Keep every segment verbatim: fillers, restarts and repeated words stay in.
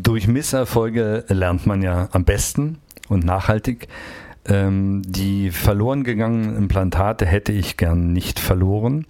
Durch Misserfolge lernt man ja am besten und nachhaltig. Ähm, die verloren gegangenen Implantate hätte ich gern nicht verloren.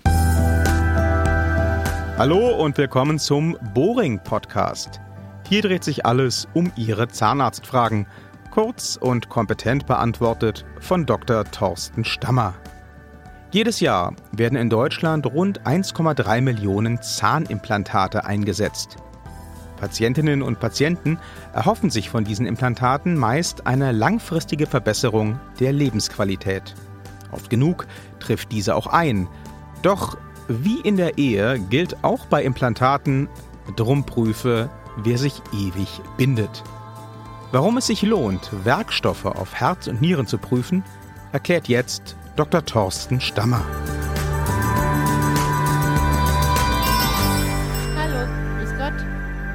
Hallo und willkommen zum Bohring-Podcast. Hier dreht sich alles um Ihre Zahnarztfragen. Kurz und kompetent beantwortet von Doktor Thorsten Stammer. Jedes Jahr werden in Deutschland rund eins Komma drei Millionen Zahnimplantate eingesetzt. Patientinnen und Patienten erhoffen sich von diesen Implantaten meist eine langfristige Verbesserung der Lebensqualität. Oft genug trifft diese auch ein. Doch wie in der Ehe gilt auch bei Implantaten: drum prüfe, wer sich ewig bindet. Warum es sich lohnt, Werkstoffe auf Herz und Nieren zu prüfen, erklärt jetzt Doktor Thorsten Stammer. Hallo, grüß Gott.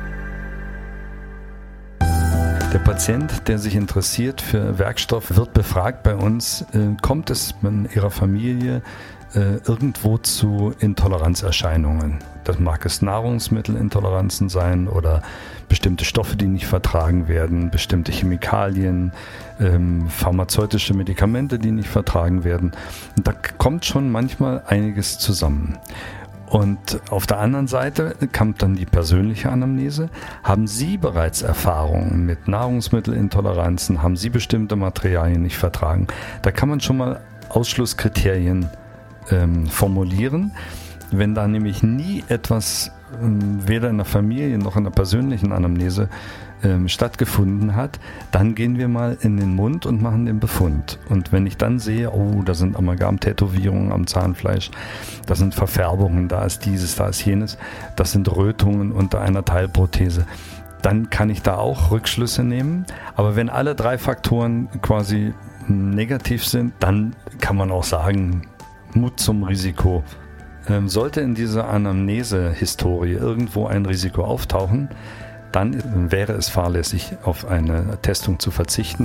Der Patient, der sich interessiert für Werkstoff, wird befragt bei uns, äh, kommt es in Ihrer Familie äh, irgendwo zu Intoleranzerscheinungen? Das mag es Nahrungsmittelintoleranzen sein oder bestimmte Stoffe, die nicht vertragen werden, bestimmte Chemikalien, ähm, pharmazeutische Medikamente, die nicht vertragen werden. Und da kommt schon manchmal einiges zusammen. Und auf der anderen Seite kommt dann die persönliche Anamnese. Haben Sie bereits Erfahrungen mit Nahrungsmittelintoleranzen? Haben Sie bestimmte Materialien nicht vertragen? Da kann man schon mal Ausschlusskriterien ähm, formulieren. Wenn da nämlich nie etwas ähm, weder in der Familie noch in der persönlichen Anamnese ähm, stattgefunden hat, dann gehen wir mal in den Mund und machen den Befund. Und wenn ich dann sehe, oh, da sind Amalgam-Tätowierungen am Zahnfleisch, da sind Verfärbungen, da ist dieses, da ist jenes, das sind Rötungen unter einer Teilprothese, dann kann ich da auch Rückschlüsse nehmen. Aber wenn alle drei Faktoren quasi negativ sind, dann kann man auch sagen, Mut zum Risiko. Ähm, sollte in dieser Anamnese-Historie irgendwo ein Risiko auftauchen, dann wäre es fahrlässig, auf eine Testung zu verzichten.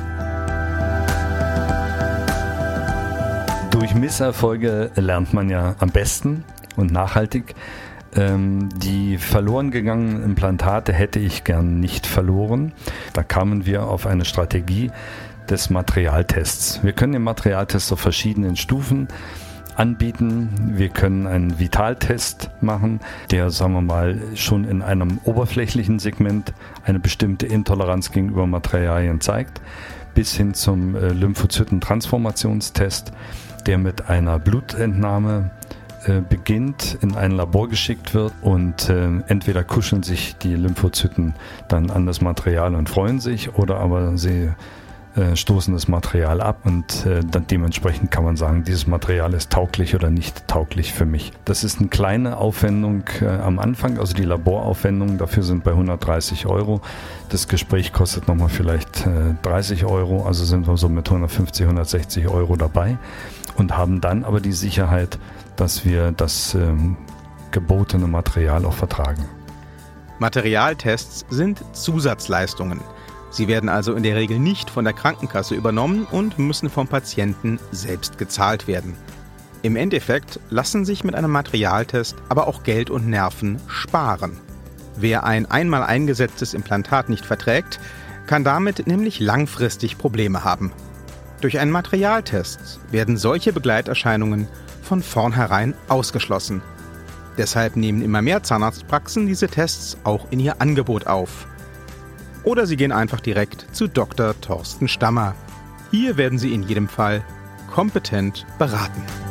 Durch Misserfolge lernt man ja am besten und nachhaltig. Ähm, die verloren gegangenen Implantate hätte ich gern nicht verloren. Da kamen wir auf eine Strategie des Materialtests. Wir können den Materialtest auf verschiedenen Stufen anbieten. Wir können einen Vitaltest machen, der, sagen wir mal, schon in einem oberflächlichen Segment eine bestimmte Intoleranz gegenüber Materialien zeigt, bis hin zum äh, Lymphozytentransformationstest, der mit einer Blutentnahme äh, beginnt, in ein Labor geschickt wird und äh, entweder kuscheln sich die Lymphozyten dann an das Material und freuen sich, oder aber sie stoßen das Material ab und äh, dann dementsprechend kann man sagen, dieses Material ist tauglich oder nicht tauglich für mich. Das ist eine kleine Aufwendung äh, am Anfang, also die Laboraufwendungen dafür sind bei hundertdreißig Euro. Das Gespräch kostet nochmal vielleicht äh, dreißig Euro, also sind wir so mit hundertfünfzig, hundertsechzig Euro dabei und haben dann aber die Sicherheit, dass wir das ähm, gebotene Material auch vertragen. Materialtests sind Zusatzleistungen. Sie werden also in der Regel nicht von der Krankenkasse übernommen und müssen vom Patienten selbst gezahlt werden. Im Endeffekt lassen sich mit einem Materialtest aber auch Geld und Nerven sparen. Wer ein einmal eingesetztes Implantat nicht verträgt, kann damit nämlich langfristig Probleme haben. Durch einen Materialtest werden solche Begleiterscheinungen von vornherein ausgeschlossen. Deshalb nehmen immer mehr Zahnarztpraxen diese Tests auch in ihr Angebot auf. Oder Sie gehen einfach direkt zu Doktor Thorsten Stammer. Hier werden Sie in jedem Fall kompetent beraten.